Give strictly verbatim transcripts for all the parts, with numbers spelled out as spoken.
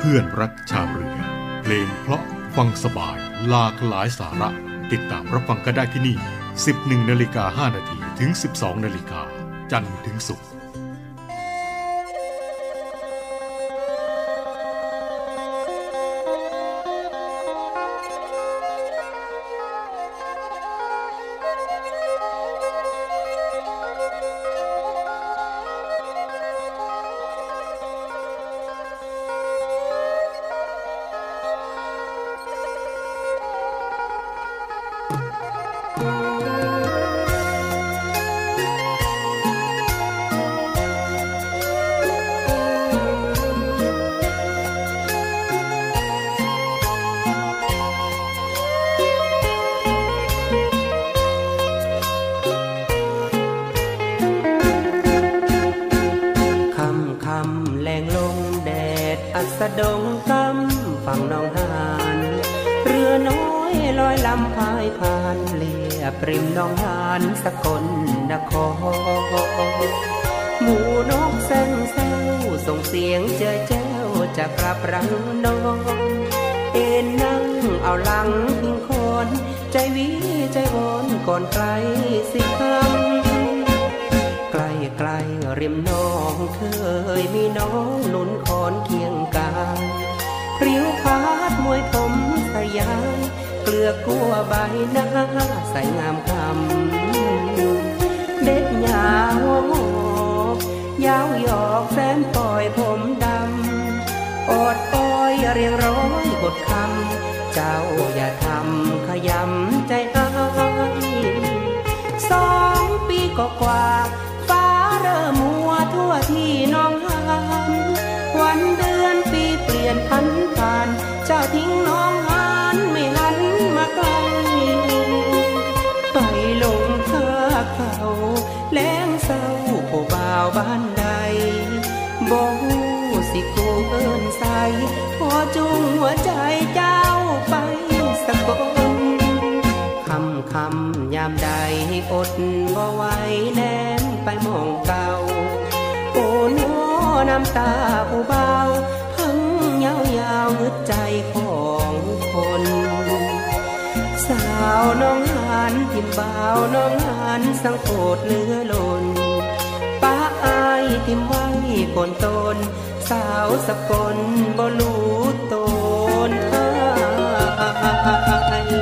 พื่อนรักชาวเรือเพลงเพราะฟังสบายหลากหลายสาระติดตามรับฟังกันได้ที่นี่ สิบเอ็ดนาฬิกาห้านาทีถึง สิบสองนาฬิกาจันทร์ถึงศุกร์สะดงกำฝั่งหนองหานเรือน้อยลอยลำพายผ่านเลียบริมหนองหานสกลนครหมู่นกแซงแซวส่งเสียงเจ้ยแจ้วจะกลับรังนองเอ็นนั่งเอาหลังพิงคนใจวิใจวอนก่อนไกลสิคำไกลไกลริมหนองเคยมีน้องหนุนคอนเคียงกายริ้วพัดมวยผมสยายเกลือกัวใบหน้าใสงามคำเด็ดยาวยาวหยอกแฟนปล่อยผมดำอดอ้อยเรียงร้อยบทคำเจ้าอย่าทำขยำใจอ้ายสองปีก็กว่าฟ้าเริ่มมัวทั่วที่น้องหานวันเดือนปีเปลี่ยนพันผ่านเจ้าทิ้งน้องหานไม่หันมาไกลไปลงเธอเขาแล้งเศร้าผู้บ่าวบ้านใดบ่ฮู้สิกูเอิ้นใส่พอจุงหัวใจเจ้าไปสะกดคำคำยามใดอดบ่ไหวแนมไปมองเก่าโอ้โน้น้ำตาผู้เบาพังยาวยาวงึดใจของคนสาวน้องหานทิมบ่าวน้องหานสังโกดเหลือล้นป้าอายทิมไว้คนตนสาวสกลบ่รู้ตนอาย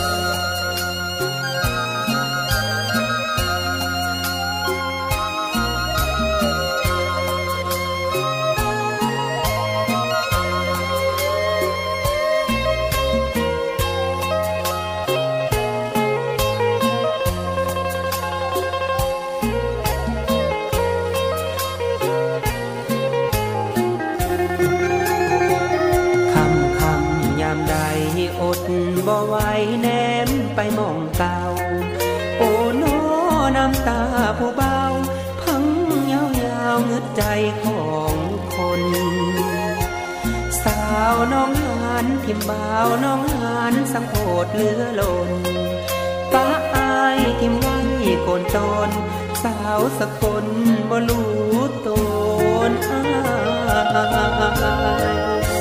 บ่ไหวแนมไปมองเก่าโอ้โน้น้ำตาผู้เบาพังยาวยาวงึดใจของคนสาวน้องหานทิมบ่าวน้องหานสังโฆดเหลือล้นป้าอายทิมไว้โกนตนสาวสกลบ่รู้ตนอาย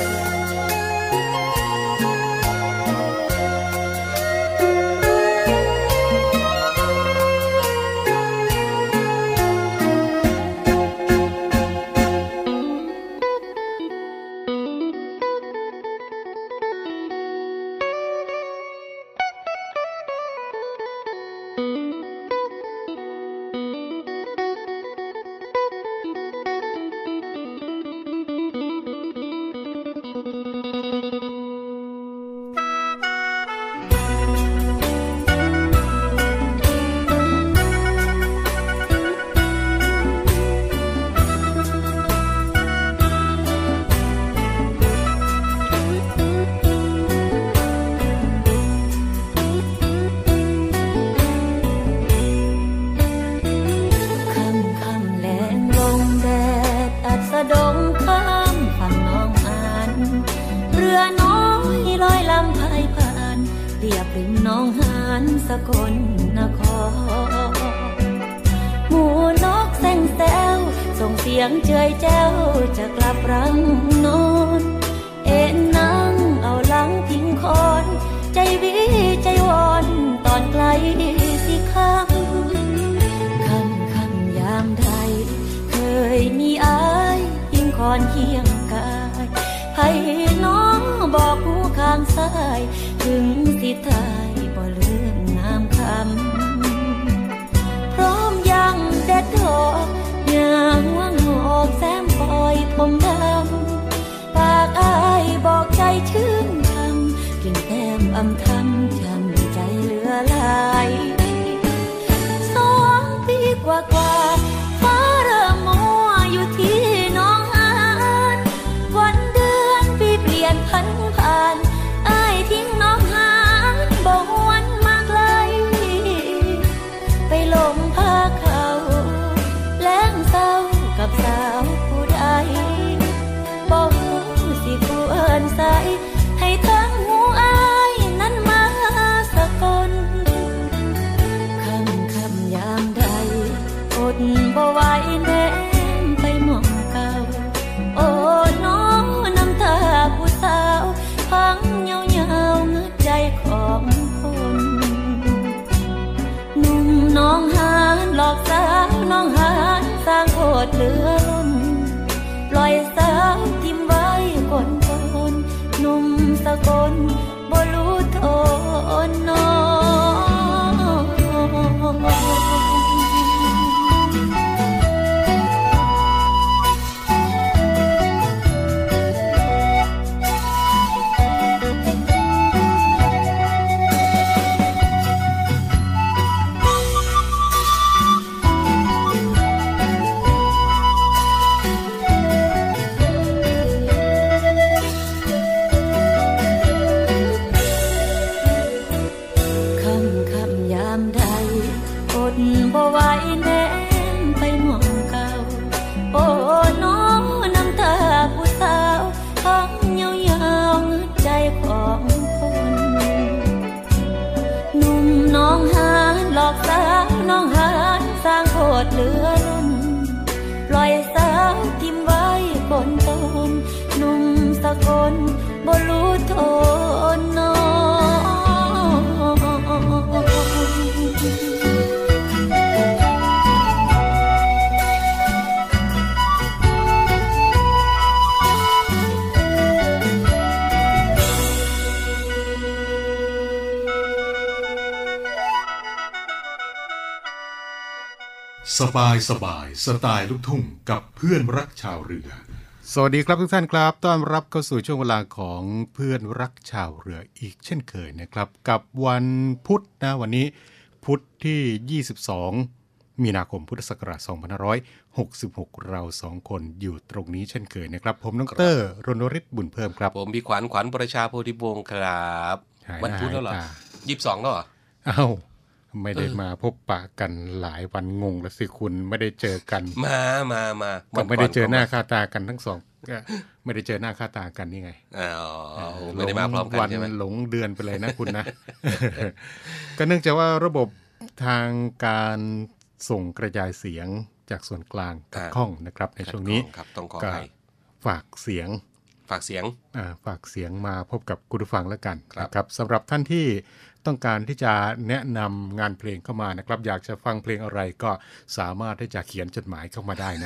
สกลนครหมู่นกแซงแซวส่งเสียงเจยแจ้วจะกลับรังนอนนนั่งเอาหลังพิงคอนใจวิใจวอนตอนไกลสิคำคำคำยามใดเคยมีอายพิงคอนเคียงกายให้น้องบอกหูข้างซ้ายถึงสิทายบ่ลืมงามคำพร้อมยังเด็ดดอกยางว่างหอกแซมปล่อยผมดำปากอายบอกใจชื่นคำกลิ่นแก้มอำทำช้ำใจเหลือหลายสองปีกว่ากว่าฟ้าเริ่มมัวอยู่ที่น้องหานวันเดือนปีเปลี่ยนพันผ่านอายทิ้งน้องหานบ่หวนมาไกลไปหลงพาเขาแล้งเศร้ากับสาวผู้ใดบ่ฮู้สิผู้เอิ้นใส่ให้ทั้งหูอายนั้นมาสะกดคำคำยามใดอดบ่ไหวแนมไปมองเก่าโอ้น้องน้ำตาผู้สาวพังเหี่ยวเหี่ยวเงื้อใจของคนหนุ่มน้องหานหลอกสาวน้องหานสร้างโคตรเหลือล้นปล่อยสาวทิ่มไว้คนคนหนุ่มสะกลบ่รู้โทษน้องบ่ไหวแนมไปมองเก่าโอ้น้องน้ำตาผู้สาวพังเหี่ยวเหี่ยวเงื้อใจของคนหนุ่มน้องหานหลอกสาวน้องหานสร้างโคตรเหลือล้นปล่อยสาวทิ่มไว้คนต้นหนุ่มสะกลบ่รู้โทษน้องสบายสบายสไตล์ลูกทุ่งกับเพื่อนรักชาวเรือสวัสดีครับทุกท่านครับต้อนรับเข้าสู่ช่วงเวลาของเพื่อนรักชาวเรืออีกเช่นเคยนะครับกับวันพุธนะวันนี้พุธที่ยี่สิบสองมีนาคมพุทธศักราชสองพันห้าร้อยหกสิบหกเราสองคนอยู่ตรงนี้เช่นเคยนะครับผมน้องเตอร์รณฤทธิ์บุญเพิ่มครับผมพี่ขวัญขวัญประชาโพธิวงศ์ครับวันพุธแล้วเหรอยี่สิบสองแล้วเหรออ้าวไม่ได้มาพบปะกันหลายวันงงแล้วสิคุณไม่ได้เจอกันมามามาก็ไม่ได้เจอหน้าค่าตากันทั้งสองไม่ได้เจอหน้าค่าตากันนี่ไงอ๋อไม่ได้มาพร้อมกันใช่ไหมหลงเดือนไปเลยนะคุณนะ ก็เนื่องจากว่าระบบทางการส่งกระจายเสียงจากส่วนกลางขัดข้องนะครับในช่วงนี้ก็ฝากเสียงฝากเสียงฝากเสียงมาพบกับคุณผู้ฟังแล้วกันนะครับสำหรับท่านที่ต้องการที่จะแนะนำงานเพลงเข้ามานะครับอยากจะฟังเพลงอะไรก็สามารถที่จะเขียนจดหมายเข้ามาได้นะ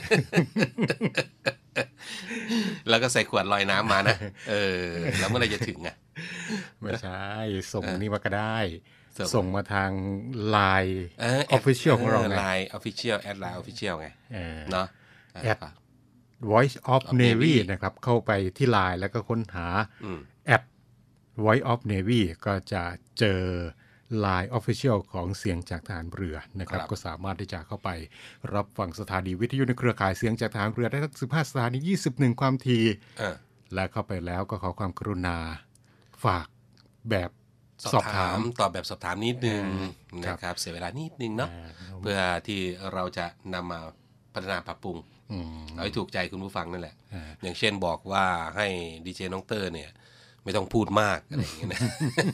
แล้วก็ใส่ขวดลอยน้ำมานะเออแล้วเมื่อไรจะถึงอ่ะไม่ใช่ส่งนี่มาก็ได้ส่งมาทาง ไลน์ Official ของเราไงไลน์ Official แอด ไลน์ Official ไงเนาะแอด Voice of Navy นะครับเข้าไปที่ ไลน์ แล้วก็ค้นหาแอดVoice of Navy ก็จะเจอ ไลน์ Official ของเสียงจากทหารเรือนะครับก็สามารถที่จะเข้าไปรับฟังสถานีวิทยุในเครือข่ายเสียงจากทหารเรือได้ทั้งสิบห้าสถานียี่สิบเอ็ดความถี่และเข้าไปแล้วก็ขอความกรุณาฝากแบบสอบถามตอบแบบสอบถามนิดนึงนะครับเสียเวลานิดนึงเนาะเพื่อที่เราจะนำมาพัฒนาปรับปรุงเอาให้ถูกใจคุณผู้ฟังนั่นแหละอย่างเช่นบอกว่าให้ดีเจน้องเตอร์เนี่ยไม่ต้องพูดมากอะไรอย่างเงี้ยนะ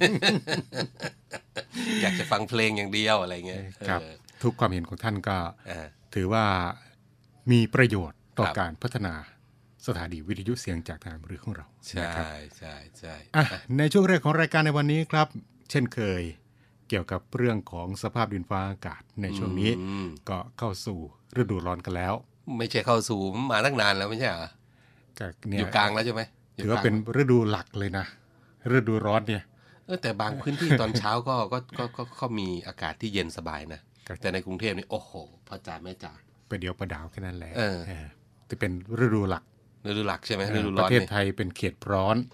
อยากจะฟังเพลงอย่างเดียวอะไรเงี้ยครับทุกความเห็นของท่านก็ถือว่ามีประโยชน์ต่อการพัฒนาสถานีวิทยุเสียงจากทหารเรือของเราใช่ใช่ใช่อ่ะในช่วงแรกของรายการในวันนี้ครับเช่นเคยเกี่ยวกับเรื่องของสภาพดินฟ้าอากาศในช่วงนี้ก็เข้าสู่ฤดูร้อนกันแล้วไม่ใช่เข้าสู่มาตั้งนานแล้วไม่ใช่เหรออยู่กลางแล้วใช่ไหมถือว่าเป็นฤดูหลักเลยนะฤดูร้อนเนี่ยเออแต่บางพื้นที่ตอนเช้าก็ก็ก็ก็ก็มีอากาศที่เย็นสบายนะแต่ในกรุงเทพนี่โอ้โหพ่อจ๋าแม่จ๋าไปเดียวประดาวแค่นั้นแหละเออจะเป็นฤดูหลักฤดูหลักใช่ไหมฤดูร้อนประเทศไทยเป็นเขตร้อน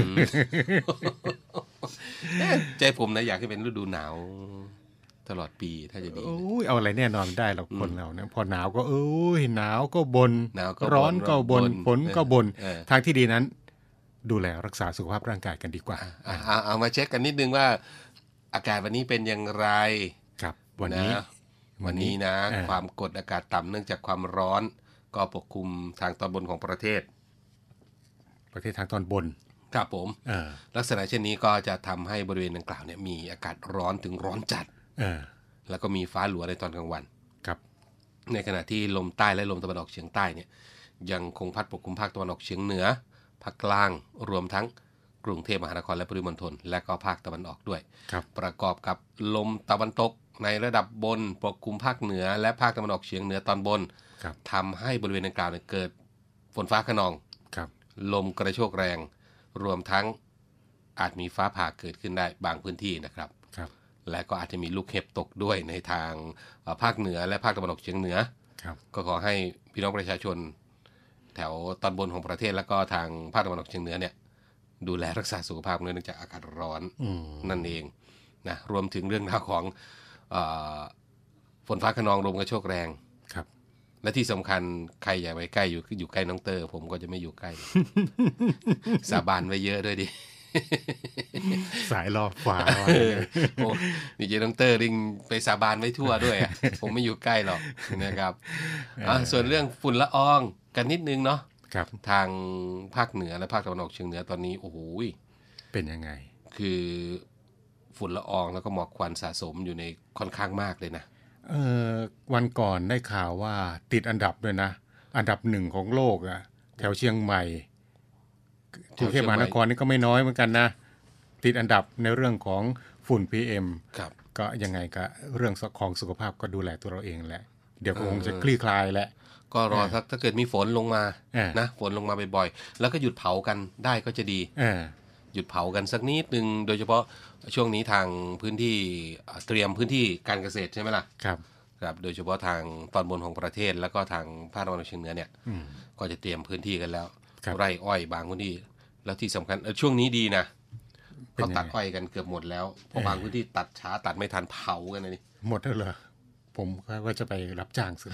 ใจผมนะอยากให้เป็นฤดูหนาวตลอดปีถ้าจะดีโอ้ยเอาอะไรแน่นอนได้หรอกคนเราเนี่ยพอหนาวก็เอ้ยหนาวก็บ่นร้อนก็บ่นฝนก็บ่นทางที่ดีนั้นดูแลรักษาสุขภาพร่างกายกันดีกว่าเอาเอามาเช็คกันนิดนึงว่าอากาศวันนี้เป็นอย่างไรครับวันนี้วันนี้นะความกดอากาศต่ำเนื่องจากความร้อนก็ปกคลุมทางตอนบนของประเทศประเทศทางตอนบนครับผมลักษณะเช่นนี้ก็จะทำให้บริเวณดังกล่าวเนี่ยมีอากาศร้อนถึงร้อนจัดแล้วก็มีฟ้าหลัวในตอนกลางวันครับในขณะที่ลมใต้และลมตะวันออกเฉียงใต้เนี่ยยังคงพัดปกคลุมภาคตะวันออกเฉียงเหนือภาคกลางรวมทั้งกรุงเทพมหานครและปริมณฑลและก็ภาคตะวันออกด้วยประกอบกับลมตะวันตกในระดับบนปกคลุมภาคเหนือและภาคตะวันออกเฉียงเหนือตอนบนทำให้บริเวณดังกล่าวเกิดฝนฟ้าคะนองลมกระโชกแรงรวมทั้งอาจมีฟ้าผ่าเกิดขึ้นได้บางพื้นที่นะครับและก็อาจจะมีลูกเห็บตกด้วยในทางภาคเหนือและภาคตะวันออกเฉียงเหนือก็ขอให้พี่น้องประชาชนแถวตอนบนของประเทศแล้วก็ทางภาคตะวันออกเฉียงเหนือเนี่ยดูแลรักษาสุขภาพเนื่องจากอากาศร้อนนั่นเองนะรวมถึงเรื่องราวของเอ่อฝนฟ้าคะนองลมกระโชกแรงครับและที่สำคัญใครอย่าไปใกล้อยู่อยู่ใกล้น้องเตอร์ผมก็จะไม่อยู่ใกล้ สาบานไว้เยอะด้วยดิสายรอฟ้าโอ้ดีเจน้องเตอร์ริงไปสาบานไว้ทั่วด้วยอ่ะ ผมไม่อยู่ใกล้หรอกนะครับอ่ะส่วนเรื่องฝุ่นละอองกันนิดนึงเนาะครับทางภาคเหนือและภาคตะวันออกเฉียงเหนือตอนนี้โอ้โหเป็นยังไงคือฝุ่นละอองแล้วก็หมอกควันสะสมอยู่ในค่อนข้างมากเลยนะเออวันก่อนได้ข่าวว่าติดอันดับด้วยนะอันดับหนึ่งของโลกอะแถวเชียงใหม่กรุงเทพมหานครนี่ก็ไม่น้อยเหมือนกันนะติดอันดับในเรื่องของฝุ่น พี เอ็มครับก็ยังไงก็เรื่องของสุขภาพก็ดูแลตัวเราเองแหละเดี๋ยวคงจะคลี่คลายแหละก็รอถ้าถ้าเกิดมีฝนลงมานะฝนลงมาบ่อยๆแล้วก็หยุดเผากันได้ก็จะดีหยุดเผากันสักนิดนึงโดยเฉพาะช่วงนี้ทางพื้นที่เตรียมพื้นที่การเกษตรใช่ไหมล่ะครับครับโดยเฉพาะทางตอนบนของประเทศแล้วก็ทางภาคตะวันออกเฉียงเหนือเนี่ยก็จะเตรียมพื้นที่กันแล้วไร่อ้อยบางพื้นที่แล้วที่สำคัญช่วงนี้ดีนะเขาตัดอ้อยกันเกือบหมดแล้วเพราะบางพื้นที่ตัดช้าตัดไม่ทันเผากันนี่หมดแล้วเหรอผมก็จะไปรับจ้างสิ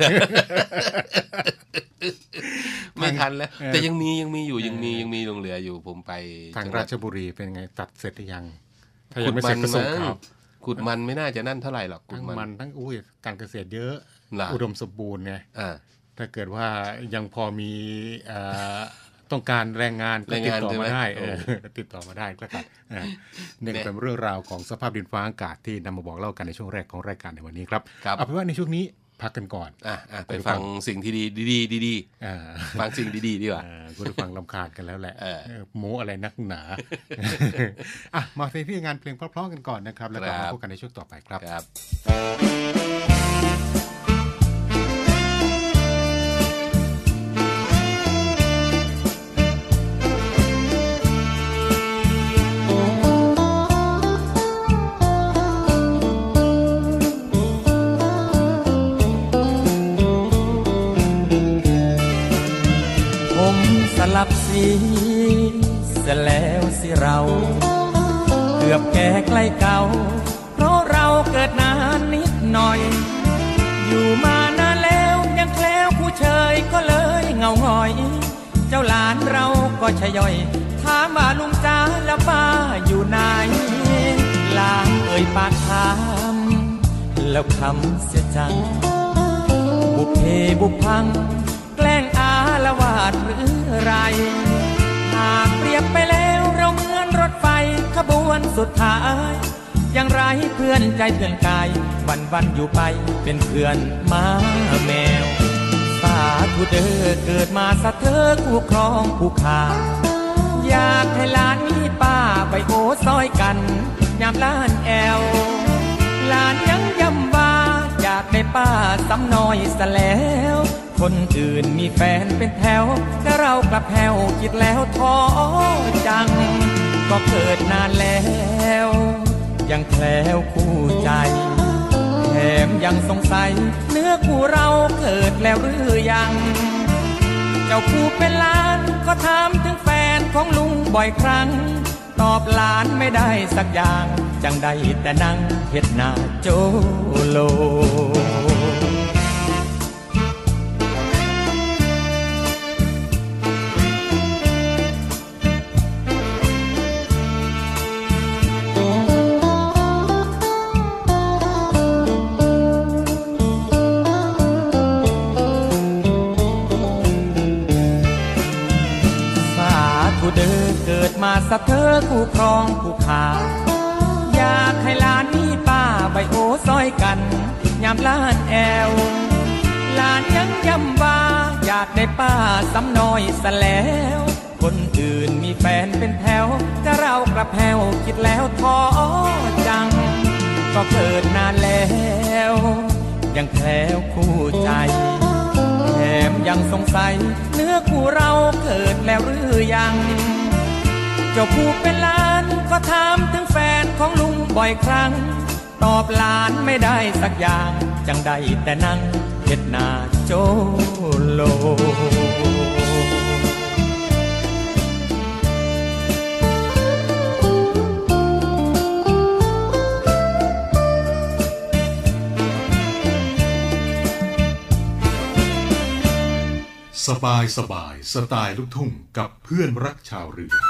ไม่ทันแล้วแต่ยังมียังมีอยู่ยังมียังมีลงเหลืออยู่ผมไปทางราชบุรีเป็นไงตัดเสร็จหรือยังถ้ายังไม่เสร็จก็ส่งข่าวขุดมันไม่น่าจะนั่นเท่าไหร่หรอกขุดมันทั้งอุ้ยการเกษตรเยอะอุดมสมบูรณ์ไงถ้าเกิดว่ายังพอมีต้องการแรงงานก็ติดต่อมาได้ติดต่อมาได้ก็ครับนี่เป็นเรื่องราวของสภาพดินฟ้าอากาศที่นำมาบอกเล่ากันในช่วงแรกของรายการในวันนี้ครับเอาเป็นว่าในช่วงนี้พักกันก่อนไปฟังสิ่งที่ดีดีดีๆฟังสิ่งดีๆดีกว่าคุณผู้ฟังรำคาญกันแล้วแหละโม้อะไรนักหนาอ่ะมาที่งานเพลงเพราะๆกันก่อนนะครับแล้วก็มาพบกันในช่วงต่อไปครับหลับสีเสียแล้วสิเราเกือบแก่ใกล้เก่าเพราะเราเกิดนานนิดหน่อยอยู่มานานแล้วยังแคล้วผู้เชยก็เลยเงาหงอยเจ้าหลานเราก็ชะย่อยถามว่าลุงจ๋าแล้วป้าอยู่ไหนลางเอ่ยปากถามแล้วคำเสียจังบุพเพบุพพังแกล้งอาละวาดหรือไรหากเปรียบไปแล้วเราเหมือนรถไฟขบวนสุดท้ายยังไร้เพื่อนใจเพื่อนกายวันวันอยู่ไปเป็นเพื่อนม้าแมวสาธุเด้อเกิดมาสะเธอคู่ครองผู้ขาอยากให้หลานมีป้าใบโอซอยกันยามล้านแอวหลานยังย้ำว่าอยากได้ป้าซ้ำน้อยซะแล้วคนอื่นมีแฟนเป็นแถวแต่เรากลับแผ่วคิดแล้วท้อจังก็เกิดนานแล้วยังแคล้วคู่ใจแถมยังสงสัยเนื้อคู่เราเกิดแล้วหรือยังเจ้าคู่เป็นหลานก็ถามถึงแฟนของลุงบ่อยครั้งตอบหลานไม่ได้สักอย่างจังได้แต่นั่งเฮ็ดหน้าโจโลเกิดมาสะเธอคู่ครองคู่ขาอยากให้หลานมีป้าใบโอซอยกันยามล้านแอวหลานยังย้ำว่าอยากได้ป้าซ้ำน้อยซะแล้วคนอื่นมีแฟนเป็นแถวแต่เรากลับแผ่วคิดแล้วท้อจังก็เกิดนานแล้วยังแคล้วคู่ใจแถมยังสงสัยเนื้อคู่เราเกิดแล้วหรือยังเจ้าผู้เป็นหลานก็ถามถึงแฟนของลุงบ่อยครั้งตอบหลานไม่ได้สักอย่างจังได้แต่นั่งเฮ็ดหน้าโจโลสบายสบายสไตล์ลูกทุ่งกับเพื่อนรักชาวเรือ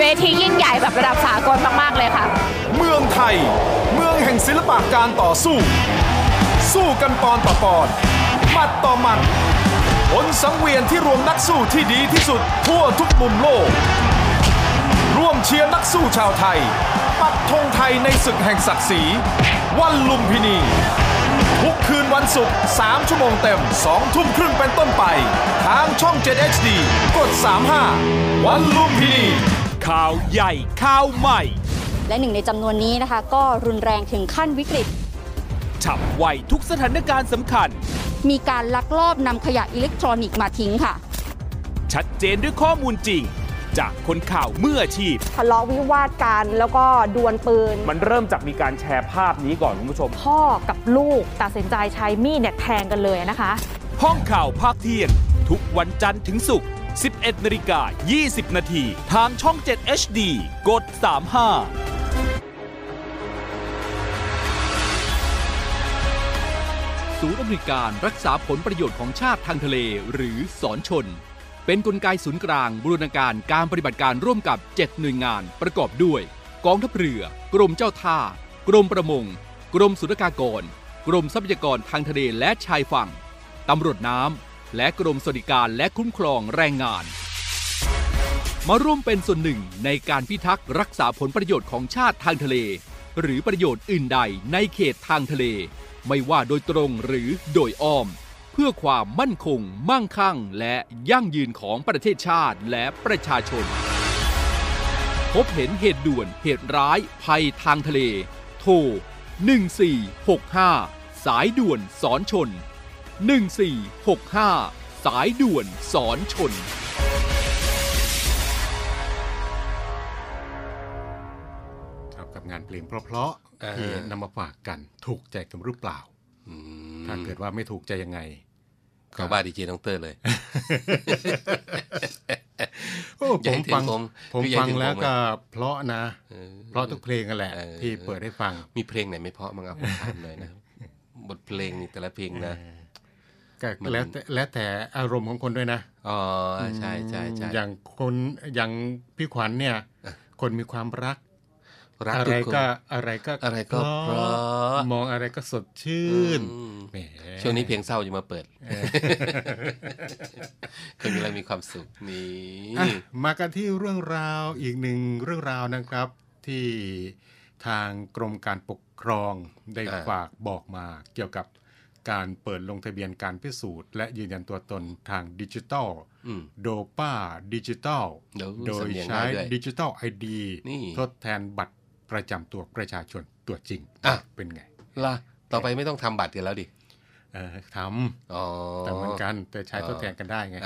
ทียิ่งใหญ่แบบระดับสากลมากๆเลยค่ะเมืองไทยเมืองแห่งศิลปะการต่อสู้สู้กันปอนต่อปอนหมัดต่อหมัดผลสังเวียนที่รวมนักสู้ที่ดีที่สุดทั่วทุกมุมโลกร่วมเชียร์นักสู้ชาวไทยปักธงไทยในศึกแห่งศักดิ์ศรีวันลุมพินีทุกคืนวันศุกร์สามชั่วโมงเต็มสองทุ่มครึ่งเป็นต้นไปทางช่อง เจ็ด เอช ดี กดสามสิบห้าวันลุมพินีข่าวใหญ่ข่าวใหม่และหนึ่งในจำนวนนี้นะคะก็รุนแรงถึงขั้นวิกฤตฉับไวทุกสถานการณ์สำคัญมีการลักลอบนำขยะอิเล็กทรอนิกส์มาทิ้งค่ะชัดเจนด้วยข้อมูลจริงจากคนข่าวมืออาชีพทะเลาะวิวาทกันแล้วก็ดวลปืนมันเริ่มจากมีการแชร์ภาพนี้ก่อนคุณผู้ชมพ่อกับลูกตัดสินใจใช้มีดเนี่ยแทงกันเลยนะคะห้องข่าวภาคเที่ยงทุกวันจันทร์ถึงศุกร์ สิบเอ็ดนาฬิกายี่สิบนาทีทางช่อง เจ็ด เอช ดี กดสามสิบห้าศูนย์อำนวยการรักษาผลประโยชน์ของชาติทางทะเลหรือศรชนเป็นกลไกศูนย์กลางบูรณาการการปฏิบัติการร่วมกับเจ็ดหน่วยงานประกอบด้วยกองทัพเรือกรมเจ้าท่ากรมประมงกรมศุลกากรกรมทรัพยากรทางทะเลและชายฝั่งตำรวจน้ำและกรมสวัสดิการและคุ้มครองแรงงานมาร่วมเป็นส่วนหนึ่งในการพิทักษ์รักษาผลประโยชน์ของชาติทางทะเลหรือประโยชน์อื่นใดในเขตทางทะเลไม่ว่าโดยตรงหรือโดยอ้อมเพื่อความมั่นคงมั่งคั่งและยั่งยืนของประเทศชาติและประชาชนพบเห็นเหตุด่วนเหตุร้ายภัยทางทะเลโทรหนึ่งสี่หกห้าสายด่วนสอนชนหนึ่งสี่หกห้าสายด่วนสอนชนกับงานเพลงเพราะๆที่นำมาฝากกันถูกใจกันหรือเปล่าถ้าเกิดว่าไม่ถูกใจยังไงก็ว่าดีเจน้องเตอร์เลยโอ้ผมฟังผมฟังแล้วก็เพราะนะเพราะทุกเพลงกันแหละที่เปิดให้ฟังมีเพลงไหนไม่เพราะมั้งครับผมถามหน่อยนะบทเพลงนี่แต่ละเพลงนะก็แล้วแต่แล้วแต่อารมณ์ของคนด้วยนะอ๋อใช่ใช่ใช่อย่างคนอย่างพี่ขวัญเนี่ยคนมีความรักอะไรก็อะไรก็อะไรก็เพราะมองอะไรก็สดชื่นแหมช่วงนี้เพลงเศร้าจะมาเปิดคนมีอะไรมีความสุขนี่มากันที่เรื่องราวอีกหนึ่งเรื่องราวนะครับที่ทางกรมการปกครองได้ฝากบอกมาเกี่ยวกับการเปิดลงทะเบียนการพิสูจน์และยืนยันตัวตนทางดิจิทัลโดป้าดิจิทัลโดยใช้ดิจิทัล ไอ ดี ทดแทนบัตรประจำตัวประชาชนตัวจริงอ่ะเป็นไงล่ะต่อไปไม่ต้องทำบัตรกันแล้วดิเออทำแต่เหมือนกันแต่ใช้ทดแทนกันได้ไง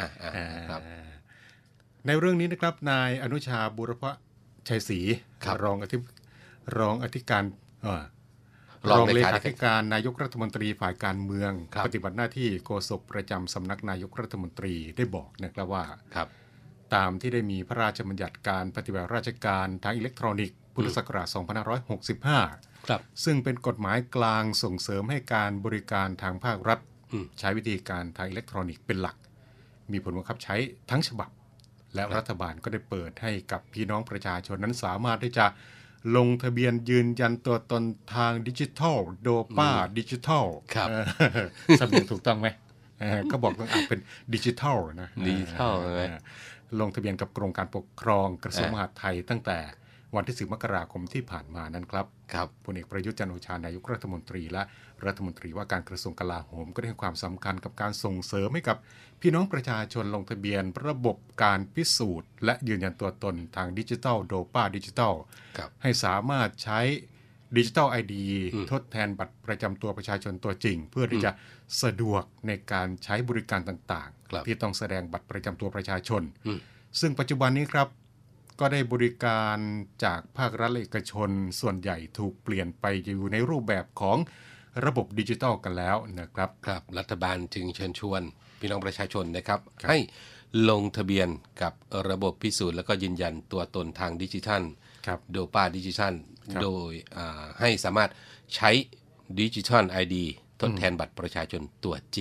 ในเรื่องนี้นะครับนายอนุชาบุรพชัยศรีรองอธิรองอธิการรองเลขาธิการนายกรัฐมนตรีฝ่ายการเมืองปฏิบัติหน้าที่โฆษกประจำสำนักนายกรัฐมนตรีได้บอกนะครับว่าตามที่ได้มีพระราชบัญญัติการปฏิบัติราชการทางอิเล็กทรอนิกส์พุทธศักราชสองพันห้าร้อยหกสิบห้าครับซึ่งเป็นกฎหมายกลางส่งเสริมให้การบริการทางภาครัฐใช้วิธีการทางอิเล็กทรอนิกส์เป็นหลักมีผลบังคับใช้ทั้งฉบับและรัฐบาลก็ได้เปิดให้กับพี่น้องประชาชนนั้นสามารถที่จะลงทะเบียนยืนยันตัวตนทางดิจิทัลโดป้าดิจิทัลครับสำเนียงถูกต้องไหมก็บอกต้องอ่านเป็นดิจิทัลนะดิจิทัลลงทะเบียนกับกรมการปกครองกระทรวงมหาดไทยตั้งแต่วันที่สิบมกราคมที่ผ่านมานั้นครับครับพลเอกประยุทธ์จันทร์โอชานายกรัฐมนตรีและรัฐมนตรีว่าการกระทรวงกลาโหมก็ได้ให้ความสำคัญกับการส่งเสริมให้กับพี่น้องประชาชนลงทะเบียนระบบการพิสูจน์และยืนยันตัวตนทางดิจิทัลโดป้าดิจิทัลให้สามารถใช้ดิจิทัล ไอ ดี ทดแทนบัตรประจำตัวประชาชนตัวจริงเพื่อที่จะสะดวกในการใช้บริการต่างๆที่ต้องแสดงบัตรประจำตัวประชาชนซึ่งปัจจุบันนี้ครับก็ได้บริการจากภาครัฐและเอกชนส่วนใหญ่ถูกเปลี่ยนไปอยู่ในรูปแบบของระบบดิจิทัลกันแล้วนะครับครับรัฐบาลจึงเชิญชวนพี่น้องประชาชนนะครับให้ลงทะเบียนกับระบบพิสูจน์และก็ยืนยันตัวตนทางดิจิทัลโดป้าดิจิทัลโดยให้สามารถใช้ดิจิทัล ไอ ดี ทดแทนบัตรประชาชนตัวจริง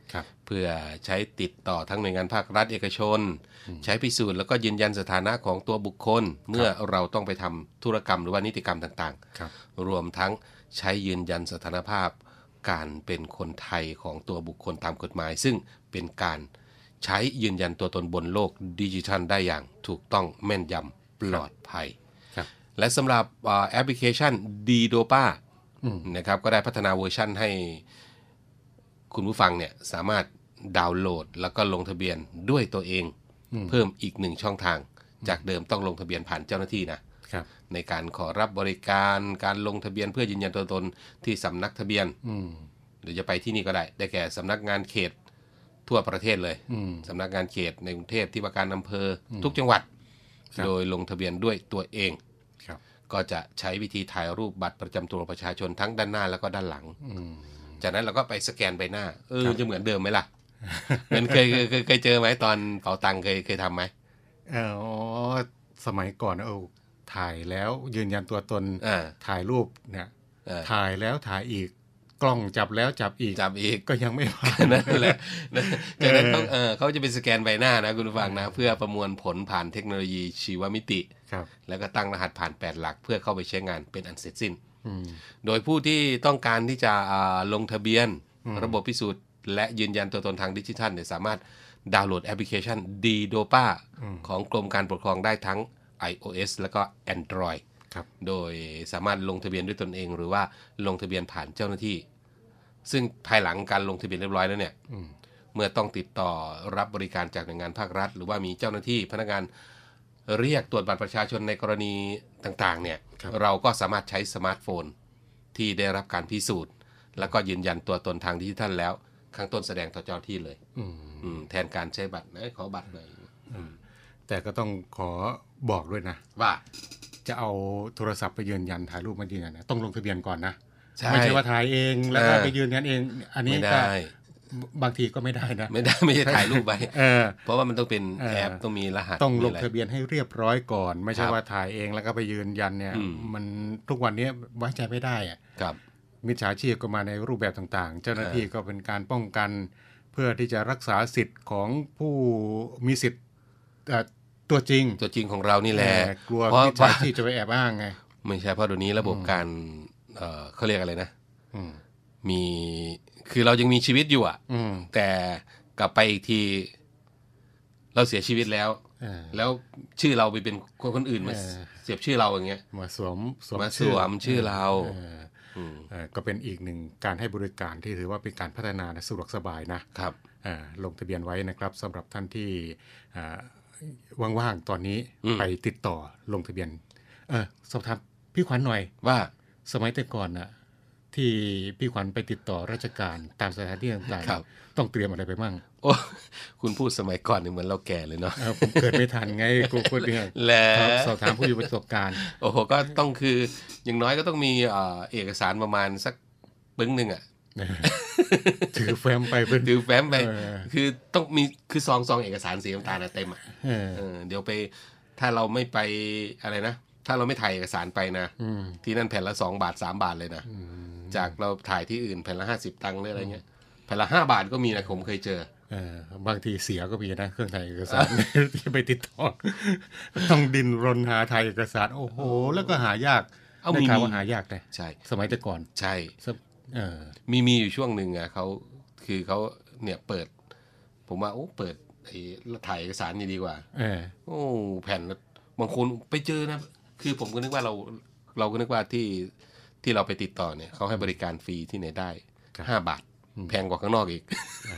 เพื่อใช้ติดต่อทั้งหน่วยงานภาครัฐเอกชนใช้พิสูจน์แล้วก็ยืนยันสถานะของตัวบุคคลเมื่อเราต้องไปทำธุรกรรมหรือว่านิติกรรมต่างๆรวมทั้งใช้ยืนยันสถานภาพการเป็นคนไทยของตัวบุคคลตามกฎหมายซึ่งเป็นการใช้ยืนยันตัวตนบนโลกดิจิทัลได้อย่างถูกต้องแม่นยำปลอดภัยและสำหรับแอปพลิเคชัน ดีโดปา นะครับก็ได้พัฒนาเวอร์ชันให้คุณผู้ฟังเนี่ยสามารถดาวน์โหลดแล้วก็ลงทะเบียนด้วยตัวเองเพิ่มอีกหนึ่งช่องทางจากเดิมต้องลงทะเบียนผ่านเจ้าหน้าที่นะในการขอรับบริการการลงทะเบียนเพื่อยืนยันตัวตนที่สำนักทะเบียนหรือจะไปที่นี่ก็ได้ได้แก่สำนักงานเขตทั่วประเทศเลยสำนักงานเขตในกรุงเทพที่ว่าการอำเภอทุกจังหวัดโดยลงทะเบียนด้วยตัวเองก็จะใช้วิธีถ่ายรูปบัตรประจำตัวประชาชนทั้งด้านหน้าแล้วก็ด้านหลังจากนั้นเราก็ไปสแกนใบหน้าเออจะเหมือนเดิมไหมล่ะมันเคยเคยเคยเจอไหมตอนเป๋าตังค์เคยเคยทำไหมอ๋อสมัยก่อนเออถ่ายแล้วยืนยันตัวตนถ่ายรูปเนี่ยถ่ายแล้วถ่ายอีกกล้องจับแล้วจับอีกจับอีกก็ยังไม่ผ่านนั่นแหละจากนั้นเขาเออเขาจะเป็นสแกนใบหน้านะคุณผู้ฟังนะเพื่อประมวลผลผ่านเทคโนโลยีชีวมิติแล้วก็ตั้งรหัสผ่านแปดหลักเพื่อเข้าไปใช้งานเป็นอันเสร็จสิ้นโดยผู้ที่ต้องการที่จะลงทะเบียนระบบพิสูจน์และยืนยันตัวตนทางดิจิทัลเนี่ยสามารถดาวน์โหลดแอปพลิเคชัน ดี โดปา ของกรมการปกครองได้ทั้ง iOS แล้วก็ Android โดยสามารถลงทะเบียนด้วยตนเองหรือว่าลงทะเบียนผ่านเจ้าหน้าที่ซึ่งภายหลังการลงทะเบียนเรียบร้อยแล้วเนี่ยเมื่อต้องติดต่อรับบริการจากหน่วยงานภาครัฐหรือว่ามีเจ้าหน้าที่พนักงานเรียกตรวจบัตรประชาชนในกรณีต่างๆเนี่ย ร, เราก็สามารถใช้สมาร์ทโฟนที่ได้รับการพิสูจน์แล้วก็ยืนยันตัวตนทางดิจิทัลแล้วข้างต้นแสดงต่อเจ้าที่เลยแทนการใช้บัตรนะขอบัตรเลยแต่ก็ต้องขอบอกด้วยนะว่าจะเอาโทรศัพท์ไปยืนยันถ่ายรูปมายืนยันนะต้องลงทะเบียนก่อนนะไม่ใช่ว่าถ่ายเองแล้วก็ไปยืนยันเองอันนี้ก็บางทีก็ไม่ได้นะไม่ได้ไม่ใช่ถ่ายรูปไปเพราะว่ามันต้องเป็นแอปต้องมีรหัสต้องลงทะเบียนให้เรียบร้อยก่อนไม่ใช่ว่าถ่ายเองแล้วก็ไปยืนยันเนี่ยมันทุกวันนี้ไว้ใจไม่ได้อ่ะมิจฉาชีพก็มาในรูปแบบต่างๆเจ้าหน้าที่ก็เป็นการป้องกันเพื่อที่จะรักษาสิทธิ์ของผู้มีสิทธิ์ตัวจริงตัวจริงของเรานี่แหละกลัวมิจฉาชีพจะไปแอบอ้างไงไม่ใช่เพราะเดี๋ยวนี้ระบบการเอ่อเขาเรียกอะไรนะมีคือเรายังมีชีวิตอยู่อ่ะแต่กลับไปอีกทีเราเสียชีวิตแล้วแล้วชื่อเราไปเป็นคนคนอื่นมาเสียบชื่อเราอย่างเงี้ยมาสวมมาสวมชื่อเราก็เป็นอีกหนึ่งการให้บริการที่ถือว่าเป็นการพัฒนาสะดวกสบายนะครับลงทะเบียนไว้นะครับสำหรับท่านที่ว่างๆตอนนี้ไปติดต่อลงทะเบียนเออสอบถามพี่ขวัญหน่อยว่าสมัยแต่ก่อนน่ะที่พี่ขวัญไปติดต่อราชการตามสถานที่ต่างๆต้องเตรียมอะไรไปบ้างโอ้คุณพูดสมัยก่อนนี่เหมือนเราแก่เลยเนาะผมเกิดไม่ทันไงกูพูดเนี่ยสอบถามผู้มีประสบการณ์โอ้โหก็ต้องคืออย่างน้อยก็ต้องมีเอกสารประมาณสักปึ้งนึงอ่ะถือแฟ้มไปเพื่อนถือแฟ้มไปคือต้องมีคือซองซองเอกสารสีน้ำตาลเต็มอ่ะเดี๋ยวไปถ้าเราไม่ไปอะไรนะถ้าเราไม่ถ่ายเอกสารไปนะที่นั่นแผ่นละสองบาทสามบาทเลยนะจากเราถ่ายที่อื่นแผ่นละห้าสิบตังค์หรืออะไรเงี้ยแผ่นละห้าบาทก็มีนะผมเคยเจอบางทีเสียก็มีนะเครื่องถ่ายเอกสารที่ไปติดต่อต้องดินรนหาถ่ายเอกสารโอ้โหแล้วก็หายากได้ข่าวว่าหายากเลยใช่สมัยแต่ก่อนใช่มีมีอยู่ช่วงหนึ่งอ่ะเขาคือเขาเนี่ยเปิดผมว่าโอ้เปิดไอ้ถ่ายเอกสารนี่ดีกว่าโอ้แผ่นบางคนไปเจอนะคือผมก็นึกว่าเราเราก็นึกว่าที่ที่เราไปติดต่อเนี่ยเขาให้บริการฟรีที่ไหนได้ห้าบาทแพงกว่าข้างนอกอีก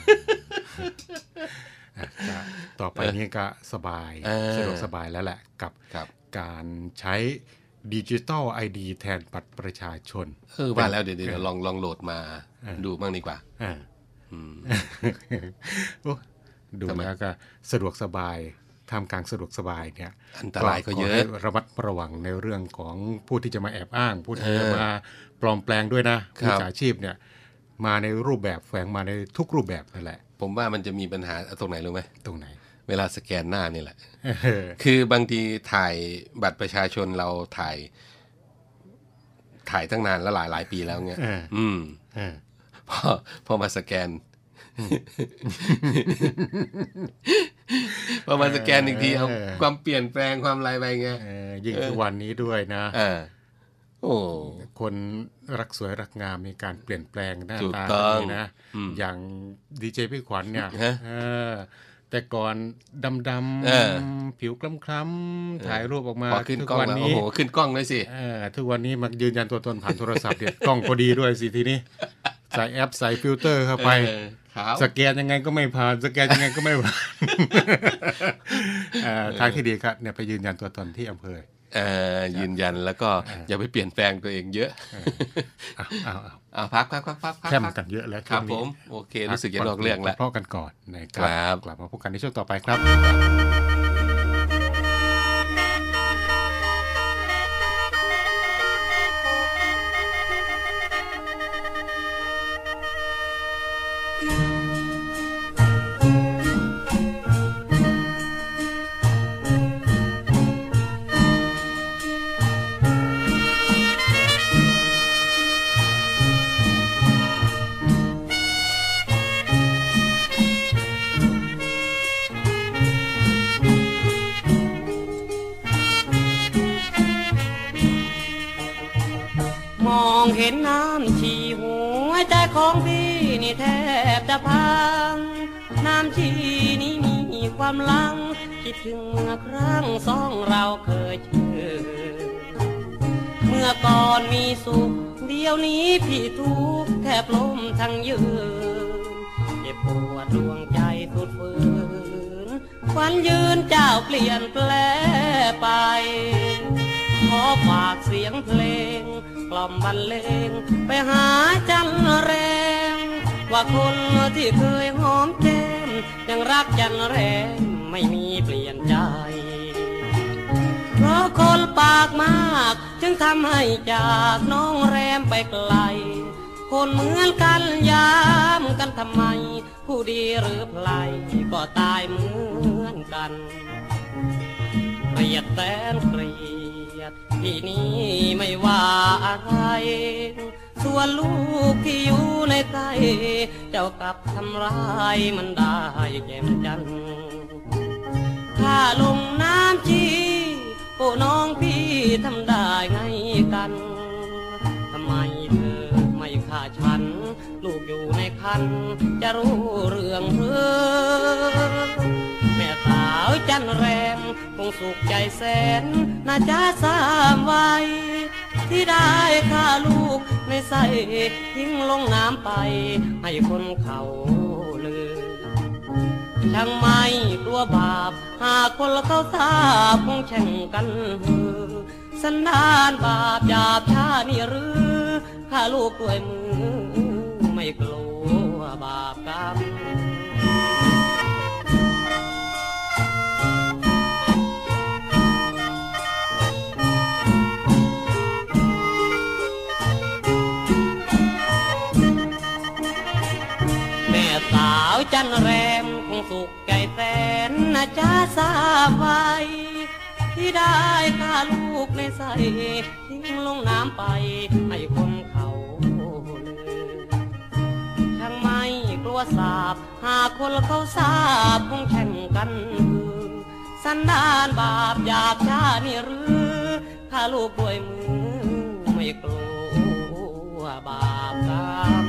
ต่อไปนี้ก็สบายสะดวกสบายแล้วแหละกับการใช้ดิจิตอล ไอ ดี แทนบัตรประชาชนเออว่าแล้วเดี๋ยวๆลองลองโหลดมาดูบ้างดีกว่าดูแล้วก็สะดวกสบายท่ามกลางสะดวกสบายเนี่ยอันตรายก็เยอะระมัดระวังในเรื่องของผู้ที่จะมาแอบอ้างผู้ที่จะมาปลอมแปลงด้วยนะมิจฉาชีพเนี่ยมาในรูปแบบแฝงมาในทุกรูปแบบนั่นแหละผมว่ามันจะมีปัญหาตรงไหนรู้ไหมตรงไหนเวลาสแกนหน้านี่แหละคือบางทีถ่ายบัตรประชาชนเราถ่ายถ่ายตั้งนานแล้วหลายหลายปีแล้วเงี้ยอืมพอพอมาสแกนพอมาสแกนอีกทีเอาความเปลี่ยนแปลงความอะไรไปไงยิ่งทุกวันนี้ด้วยนะโอ้คนรักสวยรักงามมีการเปลี่ยนแปลงหน้าตานะอย่างดีเจพี่ขวัญเนี่ยแต่ก่อนดำๆผิวคล้ำๆถ่ายรูปออกมาทุกวันนี้โอ้โหขึ้นกล้องเลยสิทุกวันนี้มายืนยันตัวตนผ่านโทรศัพท์เนี่ยกล้องก็ดีด้วยสิทีนี้ใส่แอปใส่ฟิลเตอร์เข้าไปสแกนยังไงก็ไม่ผ่านสแกนยังไงก็ไม่ผ่านทางที่ดีครับเนี่ยไปยืนยันตัวตนที่อำเภอยืนยันแล้วก็อย่าไปเปลี่ยนแปลงตัวเองเยอะเอาเอาพักพักพักพักแค่กันเยอะแล้วครับผมโอเครู้สึกจะนอกเรื่องแล้วเพาะกันก่อนนะครับกลับมาพบกันในช่วงต่อไปครับเห็นน้ำชีหัวใจของพี่นี่แทบจะพังน้ำชีนี้มีความลังคิดถึงเมื่อครั้งสองเราเคยเจอเมื่อก่อนมีสุขเดี๋ยวนี้พี่ทุกข์แทบล้มทั้งยืนเจ็บปวดดวงใจสุดฝืนควันยืนเจ้าเปลี่ยนแปลไปขอฝากเสียงเพลงกล่อมบรรเลงไปหาจันแรงว่าคนที่เคยหอมแก้มยังรักจันแรงไม่มีเปลี่ยนใจเพราะคนปากมากจึงทำให้จากน้องแรมไปไกลคนเหมือนกันยามกันทำไมผู้ดีหรือไพลก็ตายเหมือนกันเกลียดแสนเกลียดที่นี่ไม่ว่าอะไรส่วนลูกที่อยู่ในใจเจ้ากลับทำร้ายมันได้แจ่มจันถ้าลงน้ำชีโอ้น้องพี่ทำได้ไงกันทำไมเธอไม่ฆ่าฉันลูกอยู่ในคันจะรู้เรื่องหรือแม่สาวจันแรมคงสุขใจแสนน่าจะสามไว้ที่ได้ฆ่าลูกในใส่ทิ้งลงน้ำไปให้คนเขาลือช่างไม่กลัวบาปหากคนเขาทราบคงแช่งกันหือสันดานบาปหยาบช้านี่หรือฆ่าลูกด้วยมือไม่กลัวบาปกรรมสาวจันแรมคงสุขใจแสนน่าจะทราบไว้ที่ได้ฆ่าลูกในใส่ทิ้งลงน้ำไปให้คนเขาลือช่างไม่กลัวสาบหากคนเขาทราบคงแข่งกันสันดานบาปหยาบช้านี่หรือฆ่าลูกด้วยมือไม่กลัวบาปกรรม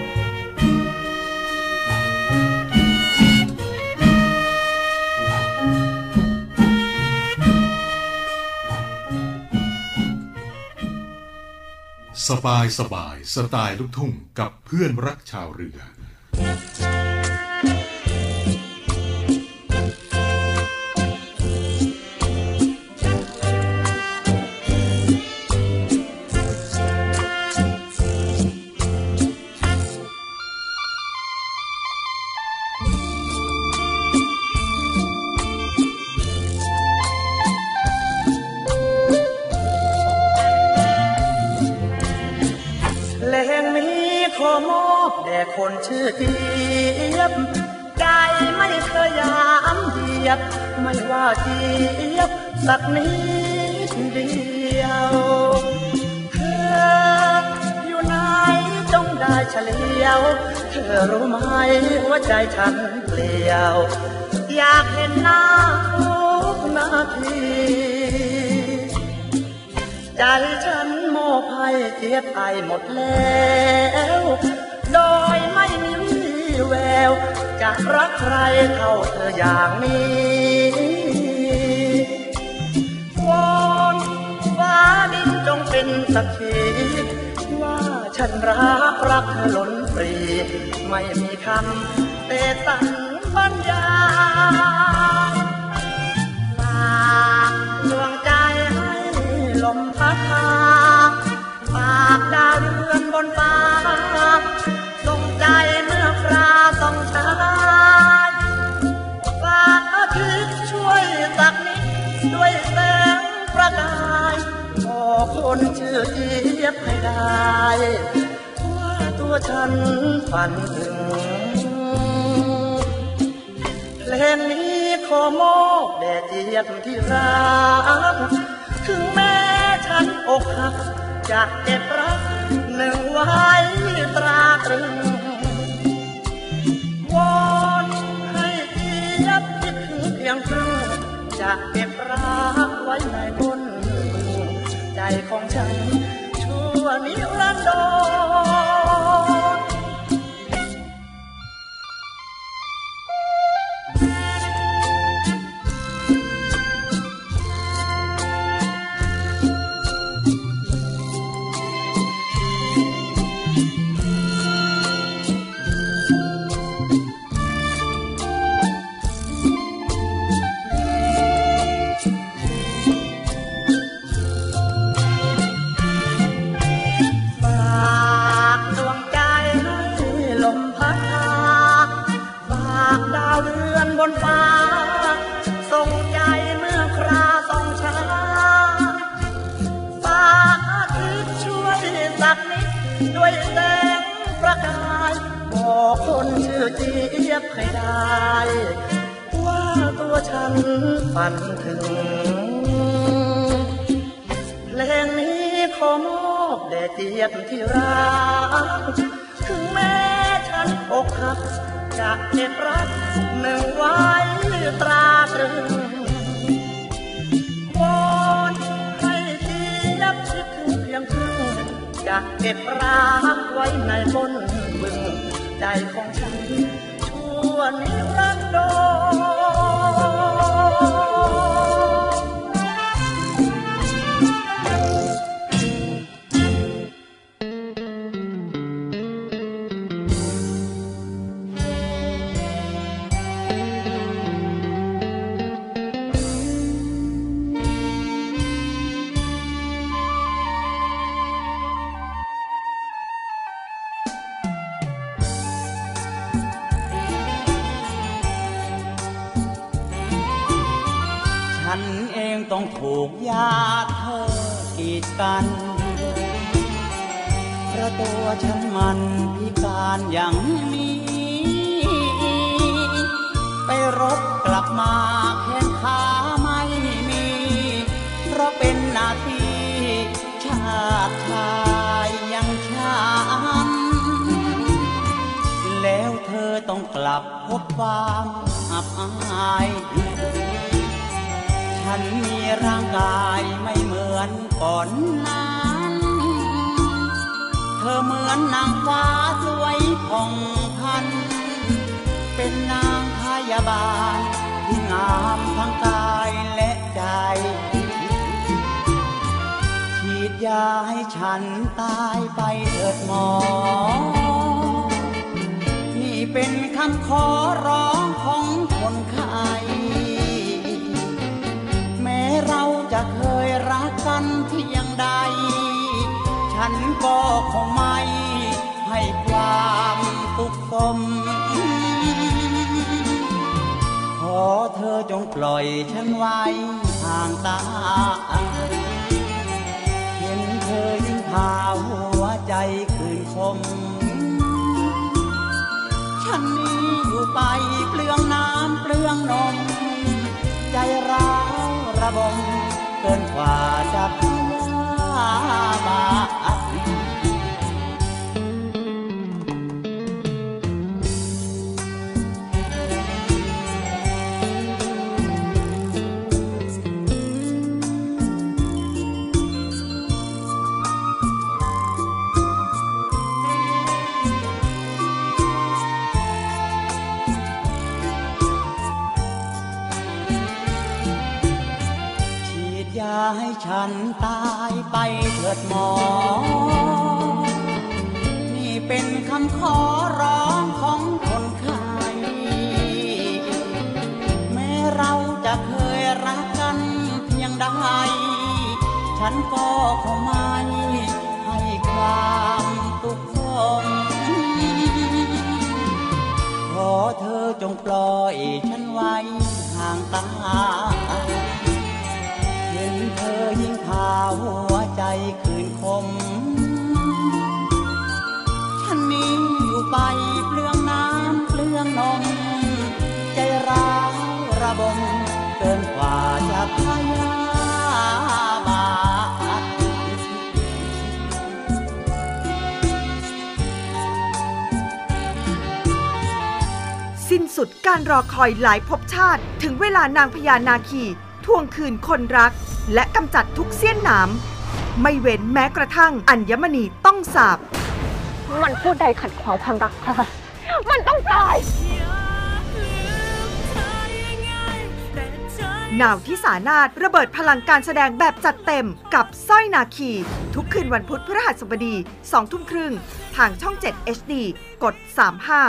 สบายสบายสไตล์ลูกทุ่งกับเพื่อนรักชาวเรือแต่คนชื่อเทียบใจไม่เคยยามเหยียบไม่ว่าเทียบสักนิดเดียวเธออยู่ไหนจงได้เฉลียวเธอรู้ไหมหัวใจฉันเปลี่ยวอยากเห็นหน้าทุกนาทีใจฉันโมกให้เจียบไปหมดแล้วโดยไม่มีแววจะรักใครเท่าเธออย่างนี้วอนฟ้าดินจงเป็นสักขีว่าฉันรักรักเธอล้นปรีไม่มีคำแต่ตั้งบรรยายฝากดวงใจให้ลมพัดพาฝากดาวเดือนบนฟ้าส่งใจเมื่อคราส่องชายฝากอาทิตย์ช่วยสักนิดด้วยแสงประกายขอคนชื่อเจี๊ยบให้ได้ว่าตัวฉันฝันถึงเพลงนี้ขอมอบแด่เจี๊ยบที่รักถึงแม้ฉันอกหักจะเก็บรักหนึ่งไว้ตราตรึงวอนให้เจี๊ยบคิดถึงเพียงครึ่งจะเก็บรักไว้ในบนใจของฉันชั่วนิรันดรบนฟ้าส่งใจเมื่อคราส่องช้าฝากอาทิตย์ช่วยสักนิดด้วยแสงประกายบอกคนชื่อเจี๊ยบให้ได้ว่าตัวฉันฝันถึงเพลงนี้ขอมอบแด่เจี๊ยบที่รักถึงแม้ฉันอกหักจะเก็บรักหนึ่งไว้ตราตรึงวอนให้เจี๊ยบคิดถึงเพียงครึ่งจะเก็บรักไว้ในบนบึงใจของฉันชั่วนิรันดรฉันเองต้องถูกญาติเธอกีดกันเพราะตัวฉันมันพิการอย่างนี้ไปรบกลับมาแขนขาไม่มีเพราะเป็นหน้าที่ชาติชายยังฉันแล้วเธอต้องกลับพบความอับอายฉันมีร่างกายไม่เหมือนก่อนนั้นเธอเหมือนนางฟ้าสวยผ่องพันเป็นนางพยาบาลที่งามทั้งกายและใจฉีดยาให้ฉันตายไปเถิดหมอนี่เป็นคำขอร้องของคนไข้เราจะเคยรักกันเพียงใดฉันก็คงไม่ให้ความสุขสมขอเธอจงปล่อยฉันไว้ห่างตาเห็นเธอยิ่งพาหัวใจคืนคมฉันนี้อยู่ไปเปลืองน้ำเปลืองนมใจร้าวระบมเกินกว่าจะพยาบาทตายไปเถิดหมอนี่เป็นคำขอร้องของคนไข้แม้เราจะเคยรักกันเพียงใดฉันก็คงไม่ให้ความทุกข์ทนขอเธอจงปล่อยฉันไว้ห่างตาเห็นเธอยิ่งพาหัวใจคืนคมฉันนี้อยู่ไปเปลืองน้ำเปลืองนมใจร้าวระบมเกินกว่าจะพยาบาทสิ้นสุดการรอคอยหลายภพชาติถึงเวลานางพญานาคีทวงคืนคนรักและกำจัดทุกเสี้ยนหนามไม่เว้นแม้กระทั่งอัญมณีต้องสาปมันพูดใดขัดขวางความรักค่ะมันต้องตายนาวที่สานาถระเบิดพลังการแสดงแบบจัดเต็มกับสร้อยนาคีทุกคืนวันพุธพฤหัสบดีสองทุ่มครึ่งทางช่องเจ็ด เอช ดี กดสามสิบห้า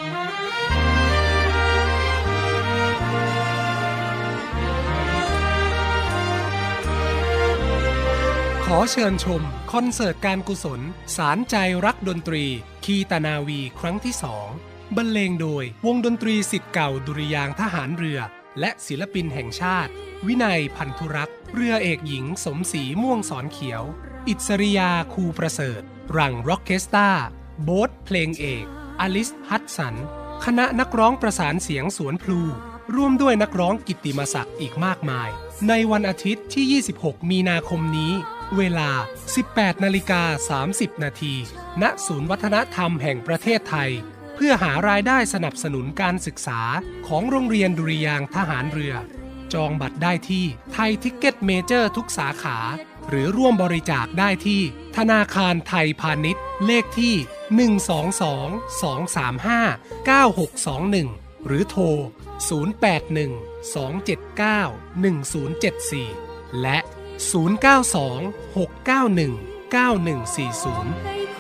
ขอเชิญชมคอนเสิร์ตการกุศลสารใจรักดนตรีคีตนาวีครั้งที่สองบรรเลงโดยวงดนตรีศิษย์เก่าดุริยางค์ทหารเรือและศิลปินแห่งชาติวินัยพันธุรักษ์เรือเอกหญิงสมศรีม่วงสอนเขียวอิสริยาคูประเสริฐรังร็อกเคสตาโบ๊ทเพลงเอกอลิสฮัตสันคณะนักร้องประสานเสียงสวนพลูร่วมด้วยนักร้องกิตติมศักดิ์อีกมากมายในวันอาทิตย์ที่ยี่สิบหกมีนาคมนี้เวลา สิบแปดนาฬิกาสามสิบนาที ณ ศูนย์วัฒนธรรมแห่งประเทศไทยเพื่อหารายได้สนับสนุนการศึกษาของโรงเรียนดุริยางค์ทหารเรือจองบัตรได้ที่ไทยทิกเก็ตเมเจอร์ทุกสาขาหรือร่วมบริจาคได้ที่ธนาคารไทยพาณิชย์เลขที่ หนึ่ง สอง สอง สอง สาม ห้า เก้า หก สอง หนึ่ง หรือโทร ศูนย์ แปด หนึ่ง สอง เจ็ด เก้า หนึ่ง ศูนย์ เจ็ด สี่ และ ศูนย์ เก้า สอง หก เก้า หนึ่ง เก้า หนึ่ง สี่ ศูนย์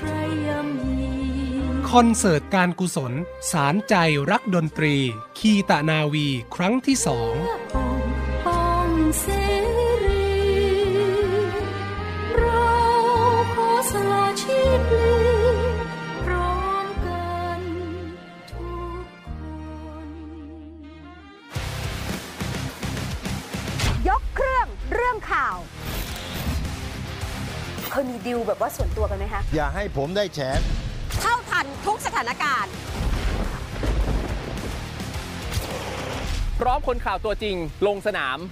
คอนเสิร์ตการกุศลสารใจรักดนตรีคีตนาวีครั้งที่สองยกเครื่องเรื่องข่าวเคยมีดิวแบบว่าส่วนตัวกันไหมคะอย่าให้ผมได้แฉเท่าทันทุกสถานการณ์พร้อมคนข่าวตัวจริงลงสนาม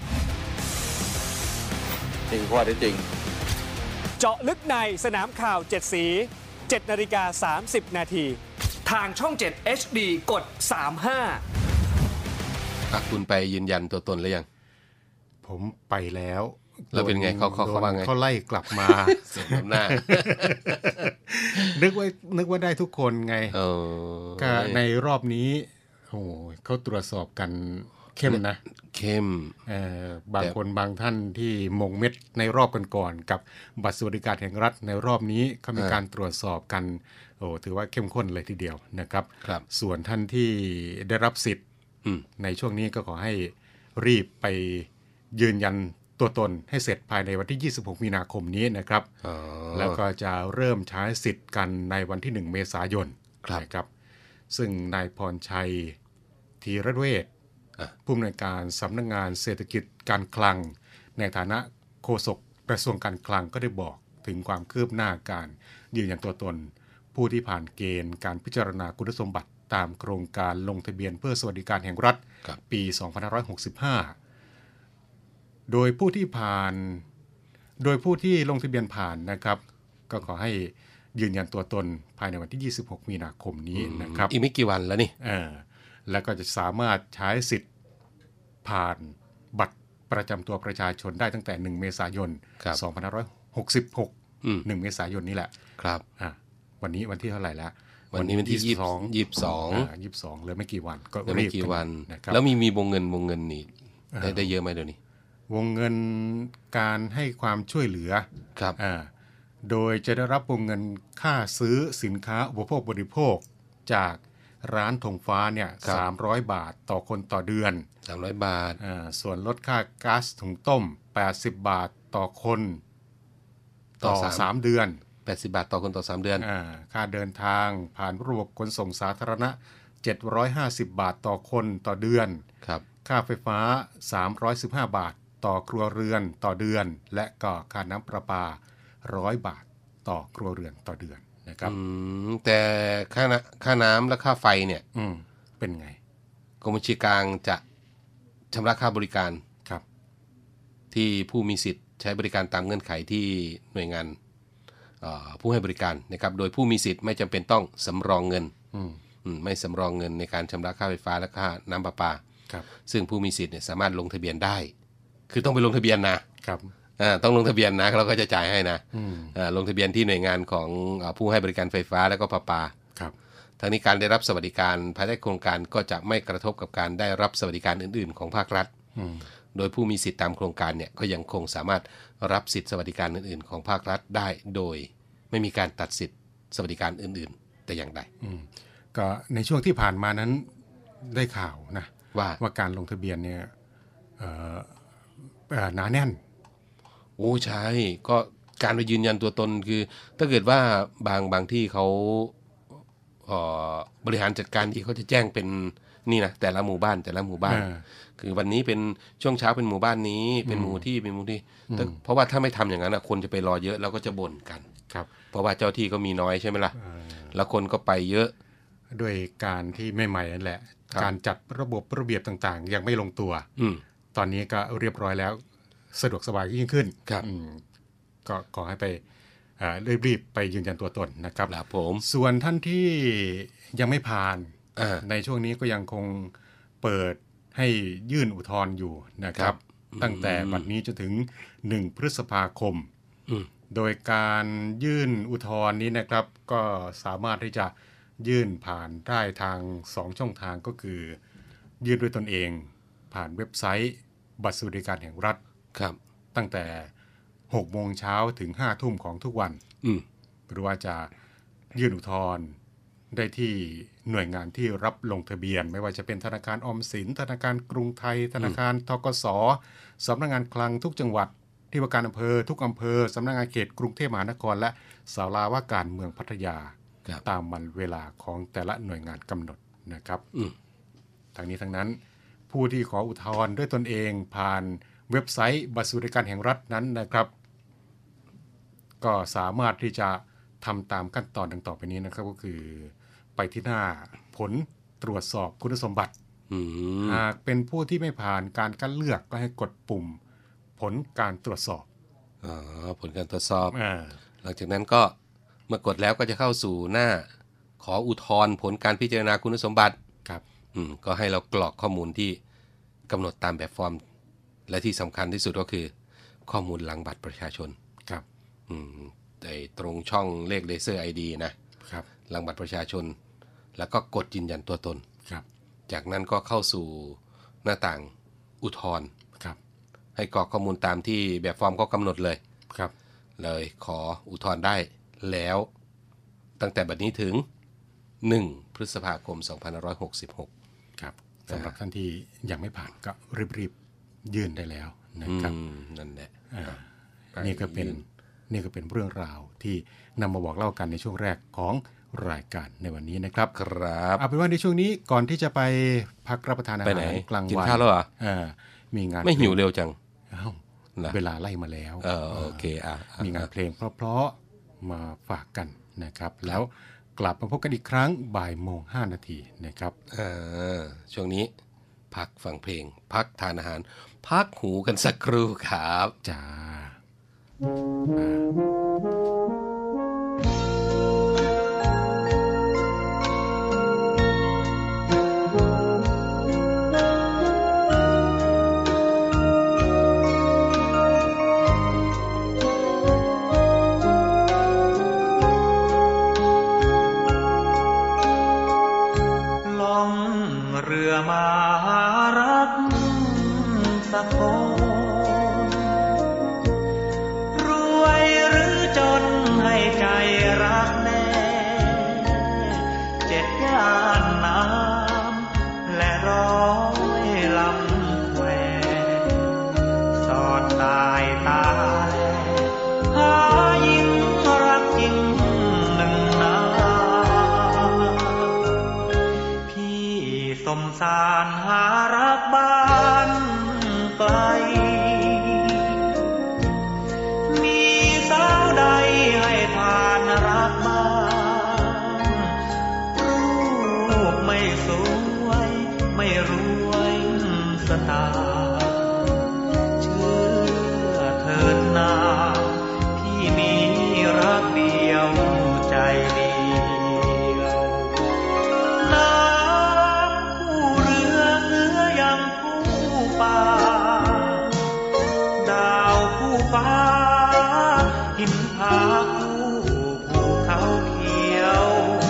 จริงข้อเท็จจริงเจาะลึกในสนามข่าวเจ็ดสีเจ็ดนาฬิกาสามสิบนาทีทางช่องเจ็ด เอช ดี กดสามสิบห้าอ่ะคุณไปยืนยันตัวตนหรือยังผมไปแล้วแล้วเป็นไงเขาเขาเขาว่าไงเขาไล่กลับมาเสียน้ำหน้านึกว่านึกว่าได้ทุกคนไงก็ในรอบนี้โอ้เขาตรวจสอบกันเข้มนะเข้มบางคนบางท่านที่มงเม็ดในรอบก่อนๆกับบัตรสวัสดิการแห่งรัฐในรอบนี้เขามีการตรวจสอบกันโอ้ถือว่าเข้มข้นเลยทีเดียวนะครับส่วนท่านที่ได้รับสิทธิ์ในช่วงนี้ก็ขอให้รีบไปยืนยันตัวตนให้เสร็จภายในวันที่ยี่สิบหกมีนาคมนี้นะครับแล้วก็จะเริ่มใช้สิทธิ์กันในวันที่หนึ่งเมษายนนะครับซึ่งนายพรชัยธีรเวชผู้อำนวยการสำนักงานเศรษฐกิจการคลังในฐานะโฆษกกระทรวงการคลังก็ได้บอกถึงความคืบหน้าการยืนยันตัวตนผู้ที่ผ่านเกณฑ์การพิจารณาคุณสมบัติตามโครงการลงทะเบียนเพื่อสวัสดิการแห่งรัฐปีสองพันห้าร้อยหกสิบห้าโดยผู้ที่ผ่านโดยผู้ที่ลงทะเบียนผ่านนะครับก็ขอให้ยืนยันตัวตนภายในวันที่ยี่สิบหกมีนาคมนี้นะครับอีกไม่กี่วันแล้วนี่เออแล้วก็จะสามารถใช้สิทธิ์ผ่านบัตรประจำตัวประชาชนได้ตั้งแต่หนึ่งเมษายนสองพันห้าร้อยหกสิบหก หนึ่งเมษายนนี้แหละครับอ่ะวันนี้วันที่เท่าไหร่แล้ววันนี้วันที่ยี่สิบสอง ยี่สิบสองอ่ายี่สิบสองเหลือไม่กี่วันก็ไม่กี่วันแล้วมีมีวงเงินวงเงินนี่ได้ได้เยอะไหมเดี๋ยวนี้วงเงินการให้ความช่วยเหลือครับอ่าโดยจะได้รับวงเงินค่าซื้อสินค้าอุปโภคบริโภคจากร้านธงฟ้าเนี่ยสามร้อยบาทต่อคนต่อเดือนสามร้อยบาทอ่าส่วนลดค่าก๊าซถุงต้มแปดสิบบาทต่อคนต่อสามเดือนแปดสิบบาทต่อคนต่อสามเดือนอ่าค่าเดินทางผ่านระบบขนส่งสาธารณะเจ็ดร้อยห้าสิบบาทต่อคนต่อเดือนครับค่าไฟฟ้าสามร้อยสิบห้าบาทต่อครัวเรือนต่อเดือนและก็ค่าน้ำประปาหนึ่งร้อยบาทต่อครัวเรือนต่อเดือนนะครับอืมแต่ค่าค่าน้ำและค่าไฟเนี่ยอืมเป็นไงกรมบัญชีกลางจะชำระค่าบริการครับที่ผู้มีสิทธิ์ใช้บริการตามเงื่อนไขที่หน่วยงานผู้ให้บริการนะครับโดยผู้มีสิทธิ์ไม่จำเป็นต้องสำรองเงินไม่สำรองเงินในการชำระค่าไฟฟ้าและค่าน้ำประปาซึ่งผู้มีสิทธิ์เนี่ยสามารถลงทะเบียนได้คือต้องไปลงทะเบียนนะครับต้องลงทะเบียนนะเราก็จะจ่ายให้นะลงทะเบียนที่หน่วยงานของผู้ให้บริการไฟฟ้าและก็ประปาทั้งนี้การได้รับสวัสดิการภายใต้โครงการก็จะไม่กระทบกับการได้รับสวัสดิการอื่นๆของภาครัฐโดยผู้มีสิทธิ์ตามโครงการเนี่ยก็ยังคงสามารถรับสิทธิสวัสดิการอื่นๆของภาครัฐได้โดยไม่มีการตัดสิทธิสวัสดิการอื่นๆแต่อย่างใดก็ในช่วงที่ผ่านมานั้นได้ข่าวนะว่าว่าการลงทะเบียนเนี่ยหนาแน่นโอ้ใช่ก็การไปยืนยันตัวตนคือถ้าเกิดว่าบางบางที่เขาบริหารจัดการที่เขาจะแจ้งเป็นนี่นะแต่ละหมู่บ้านแต่ละหมู่บ้านคือวันนี้เป็นช่วงเช้าเป็นหมู่บ้านนี้เป็นหมู่ที่เป็นหมู่ที่เพราะว่าถ้าไม่ทำอย่างนั้นนะคนจะไปรอเยอะแล้วก็จะบ่นกันครับเพราะว่าเจ้าที่ก็มีน้อยใช่ไหมล่ะแล้วคนก็ไปเยอะด้วยการที่ใหม่ๆนั่นแหละการจัดระบบระเบียบต่างๆยังไม่ลงตัวตอนนี้ก็เรียบร้อยแล้วสะดวกสบายยิ่งขึ้นก็ขอให้ไปรีบๆไปยืนยันตัวตนนะครับครับผมส่วนท่านที่ยังไม่ผ่านในช่วงนี้ก็ยังคงเปิดให้ยื่นอุทธรณ์อยู่นะครับตั้งแต่บัดนี้จนถึงหนึ่งพฤษภาคมโดยการยื่นอุทธรณ์นี้นะครับก็สามารถที่จะยื่นผ่านได้ทางสองช่องทางก็คือยื่นด้วยตนเองผ่านเว็บไซต์บัตรสวัสดิการแห่งรัฐครับตั้งแต่หกโมงเช้าถึงห้าทุ่มของทุกวันหรือว่าจะยื่นอุทธรณ์ได้ที่หน่วยงานที่รับลงทะเบียนไม่ว่าจะเป็นธนาคารออมสินธนาคารกรุงไทยธนาคารธกส.สำนักงานคลังทุกจังหวัดที่ว่าการอำเภอทุกอำเภอสำนักงานเขตกรุงเทพมหานครและศาลาว่าการเมืองพัทยาตามวันเวลาของแต่ละหน่วยงานกำหนดนะครับทางนี้ทั้งนั้นผู้ที่ขออุทธรณ์ด้วยตนเองผ่านเว็บไซต์บัตรสวัสดิการแห่งรัฐนั้นนะครับก็สามารถที่จะทำตามขั้นตอนดังต่อไปนี้นะครับก็คือไปที่หน้าผลตรวจสอบคุณสมบัติหากเป็นผู้ที่ไม่ผ่านการคัดเลือกก็ให้กดปุ่มผลการตรวจสอบอ๋อผลการตรวจสอบหลังจากนั้นก็เมื่อกดแล้วก็จะเข้าสู่หน้าขออุทธรณ์ผลการพิจารณาคุณสมบัติครับอืมก็ให้เรากรอกข้อมูลที่กำหนดตามแบบฟอร์มและที่สำคัญที่สุดก็คือข้อมูลหลังบัตรประชาชนครับอืมในตรงช่องเลขเลเซอร์ ไอ ดี นะครับหลังบัตรประชาชนแล้วก็กดยืนยันตัวตนครับจากนั้นก็เข้าสู่หน้าต่างอุทธรณ์ครับให้กรอกข้อมูลตามที่แบบฟอร์มก็กำหนดเลยครับเลยขออุทธรณ์ได้แล้วตั้งแต่บัดนี้ถึงหนึ่งพฤษภาคมสองพันห้าร้อยหกสิบหกครับสำหรับท่านที่ยังไม่ผ่านก็รีบๆยื่นได้แล้วนะครับนั่นแหละนี่ก็เป็นนี่ก็เป็นเรื่องราวที่นำมาบอกเล่ากันในช่วงแรกของรายการในวันนี้นะครับครับเอาเป็นว่าในช่วงนี้ก่อนที่จะไปพักรับประทานอาหารกลางวันกินข้าวแล้วเหรอมีงานไม่หิวเร็วจังเวลาไล่มาแล้วโอเคอ่ะมีงานเพลงเพราะๆมาฝากกันนะครับแล้วกลับมาพบกันอีกครั้งบ่ายโมงห้านาทีนะครับช่วงนี้พักฟังเพลงพักทานอาหารพักหูกันสักครู่ครับจ้าเรือมารักสักคนสานหารักบ้านไกลมีสาวใดให้ทานรักบ้างรูปไม่สวยไม่รวยสตาเชื่อเถิดนาพี่มีรักเดียวใจเดียวน้ำคู่เรือเสือยังคู่ป่าดาวคู่ฟ้าหินผาคู่ภูเขาเขียว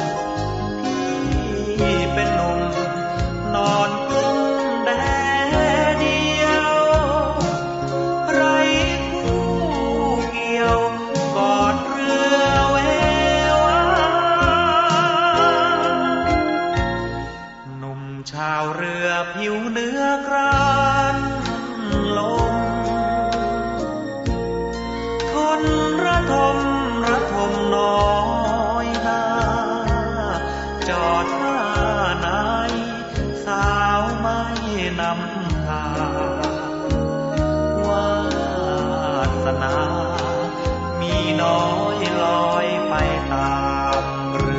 พี่เป็นหนุ่มนอนกลุ้มแดดเดียวไรคู่เกี่ยวกอดเรือเววาหนุ่มชาวเรือผิวเนื้อกรานลมทนระทมระทมน้อยนาจอดท่าไหนสาวไม่นำพาวาสนามีน้อยลอยไปตามเรือ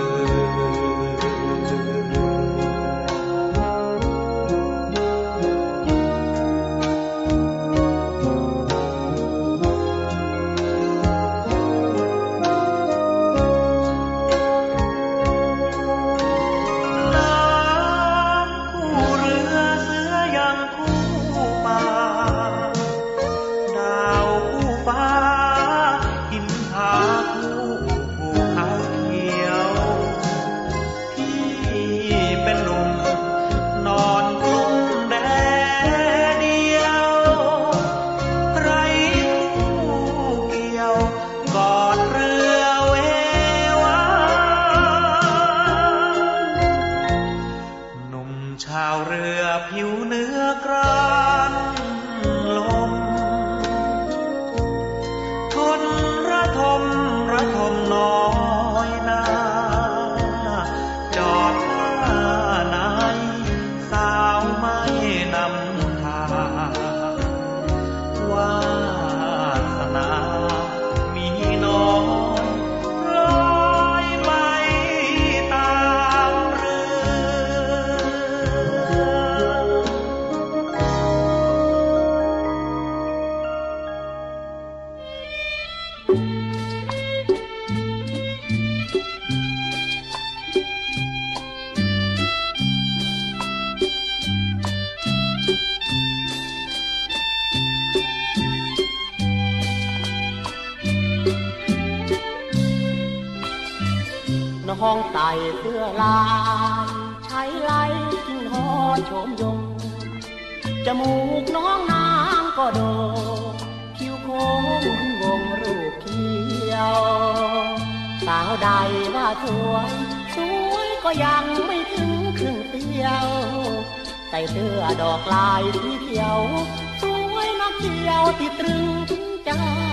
ห้องไต่เสื้อลายใช้ไล่กินหอโฉมยงจมูกน้องนางก็โดคิ้วโค้งวงรูปเขียวสาวใดว่าสวยสวยก็ยังไม่ถึงครึ่งเสียวใส่เสื้อดอกลายสีเขียวสวยนักเที่ยวที่ตรึงถึงใจ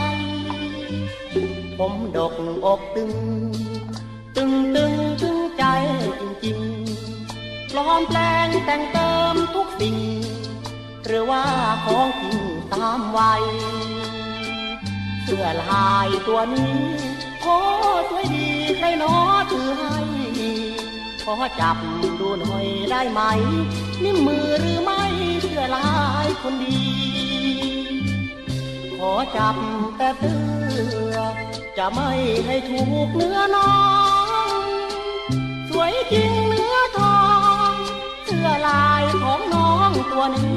ผมดกอกตึงตึงตึงถึงใจจริงๆปลอมแปลงแต่งเติมทุกสิ่งหรือว่าของจริงตามวัยเสื้อลายตัวนี้โอ้สวยดีใครหนอถือให้ขอจับดูหน่อยได้ไหมนิ้วมือหรือไม่เสื้อลายคนดีขอจับแต่เสื้อจะไม่ให้ถูกเนื้อน้องสวยจริงเนื้อทองเสื้อลายของน้องตัวนี้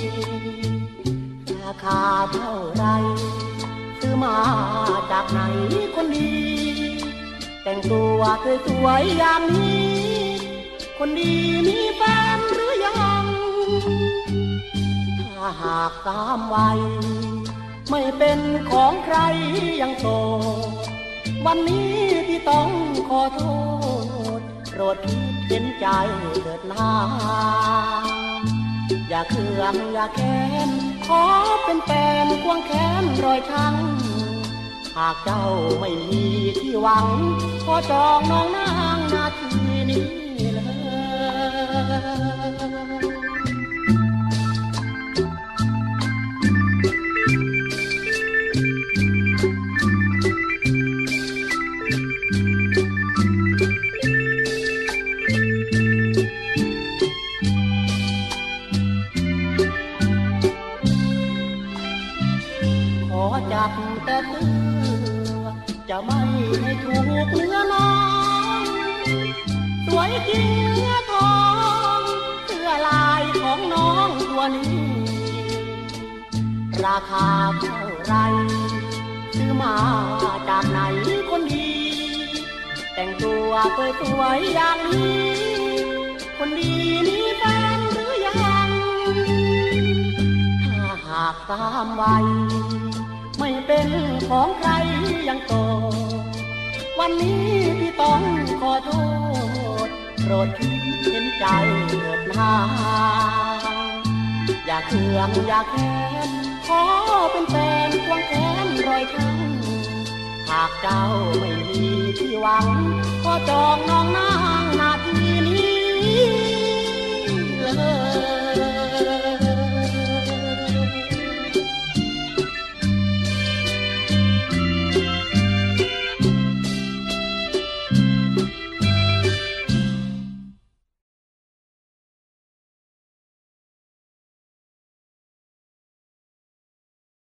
ราคาเท่าไรซื้อมาจากไหนคนดีแต่งตัวสวยๆอย่างนี้คนดีมีแฟนหรือยังถ้าหากตามวัยไม่เป็นของใครยังโตวันนี้ที่ต้องขอโทษโปรดคิดเห็นใจเถิดนาอย่าเคืองอย่าแค้นขอเป็นแฟนควงแขนรอยช้ำหากเจ้าไม่มีที่หวังขอจองน้องนางนาทีนี้เลยจับแต่เสื้อจะไม่ให้ถูกเนื้อน้องสวยจริงเนื้อทองเสื้อลายของน้องตัวนี้ราคาเท่าไรซื้อมาจากไหนคนดีแต่งตัวสวยๆอย่างนี้คนดีมีแฟนหรือยังถ้าหากตามวัยไม่เป็นของใครยังโตวันนี้พี่ต้องขอโทษโปรดคิดเห็นใจเถิดนาอย่าเคืองอย่าแค้นขอเป็นแฟนควงแขนรอยช้ำหากเจ้าไม่มีที่หวังขอจองน้องนางนาทีนี้เลย